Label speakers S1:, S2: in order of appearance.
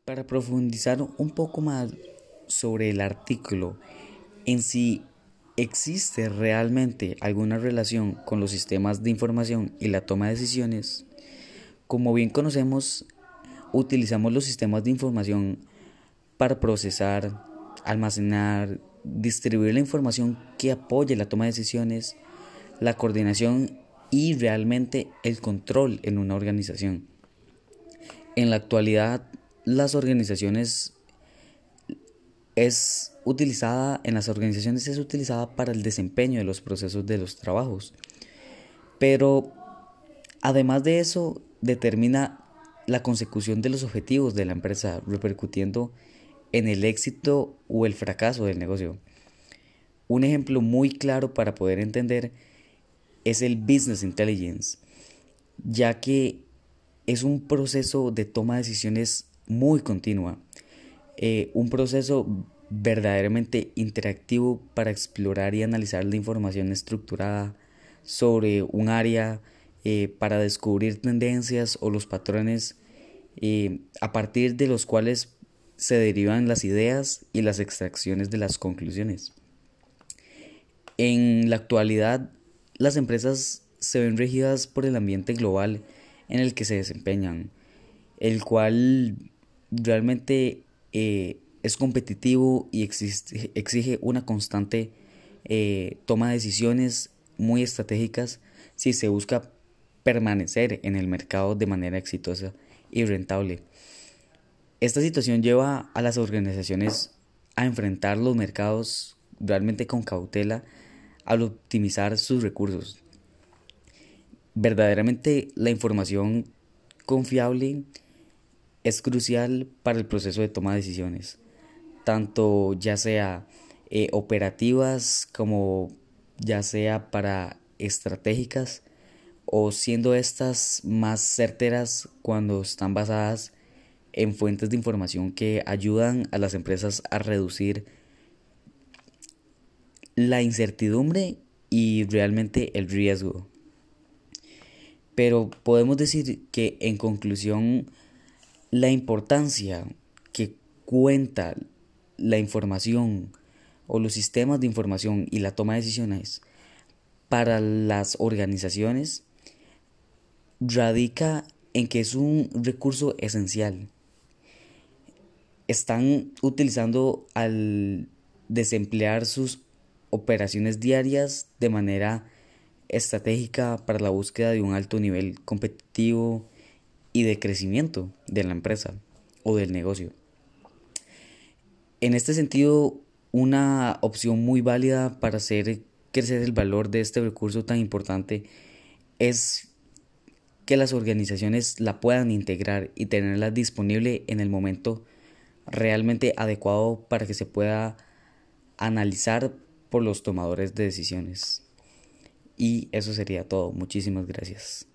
S1: Para profundizar un poco más sobre el artículo en si existe realmente alguna relación con los sistemas de información y la toma de decisiones, como bien conocemos, utilizamos los sistemas de información para procesar, almacenar, distribuir la información que apoye la toma de decisiones, la coordinación y realmente el control en una organización. En la actualidad, las organizaciones en las organizaciones es utilizada para el desempeño de los procesos de los trabajos. Pero además de eso, determina la consecución de los objetivos de la empresa, repercutiendo en el éxito o el fracaso del negocio. Un ejemplo muy claro para poder entender es el Business Intelligence, ya que es un proceso de toma de decisiones muy continua, un proceso verdaderamente interactivo para explorar y analizar la información estructurada sobre un área, para descubrir tendencias o los patrones a partir de los cuales se derivan las ideas y las extracciones de las conclusiones. En la actualidad, las empresas se ven regidas por el ambiente global en el que se desempeñan, el cual realmente es competitivo y exige una constante toma de decisiones muy estratégicas si se busca permanecer en el mercado de manera exitosa y rentable. Esta situación lleva a las organizaciones a enfrentar los mercados realmente con cautela al optimizar sus recursos. Verdaderamente la información confiable es crucial para el proceso de toma de decisiones, tanto ya sea operativas como ya sea para estratégicas, o siendo estas más certeras cuando están basadas en fuentes de información que ayudan a las empresas a reducir la incertidumbre y realmente el riesgo. Pero podemos decir que en conclusión, la importancia que cuenta la información o los sistemas de información y la toma de decisiones para las organizaciones radica en que es un recurso esencial. Están utilizando al desemplear sus operaciones diarias de manera estratégica para la búsqueda de un alto nivel competitivo y de crecimiento de la empresa o del negocio. En este sentido, una opción muy válida para hacer crecer el valor de este recurso tan importante es que las organizaciones la puedan integrar y tenerla disponible en el momento realmente adecuado para que se pueda analizar por los tomadores de decisiones. Y eso sería todo. Muchísimas gracias.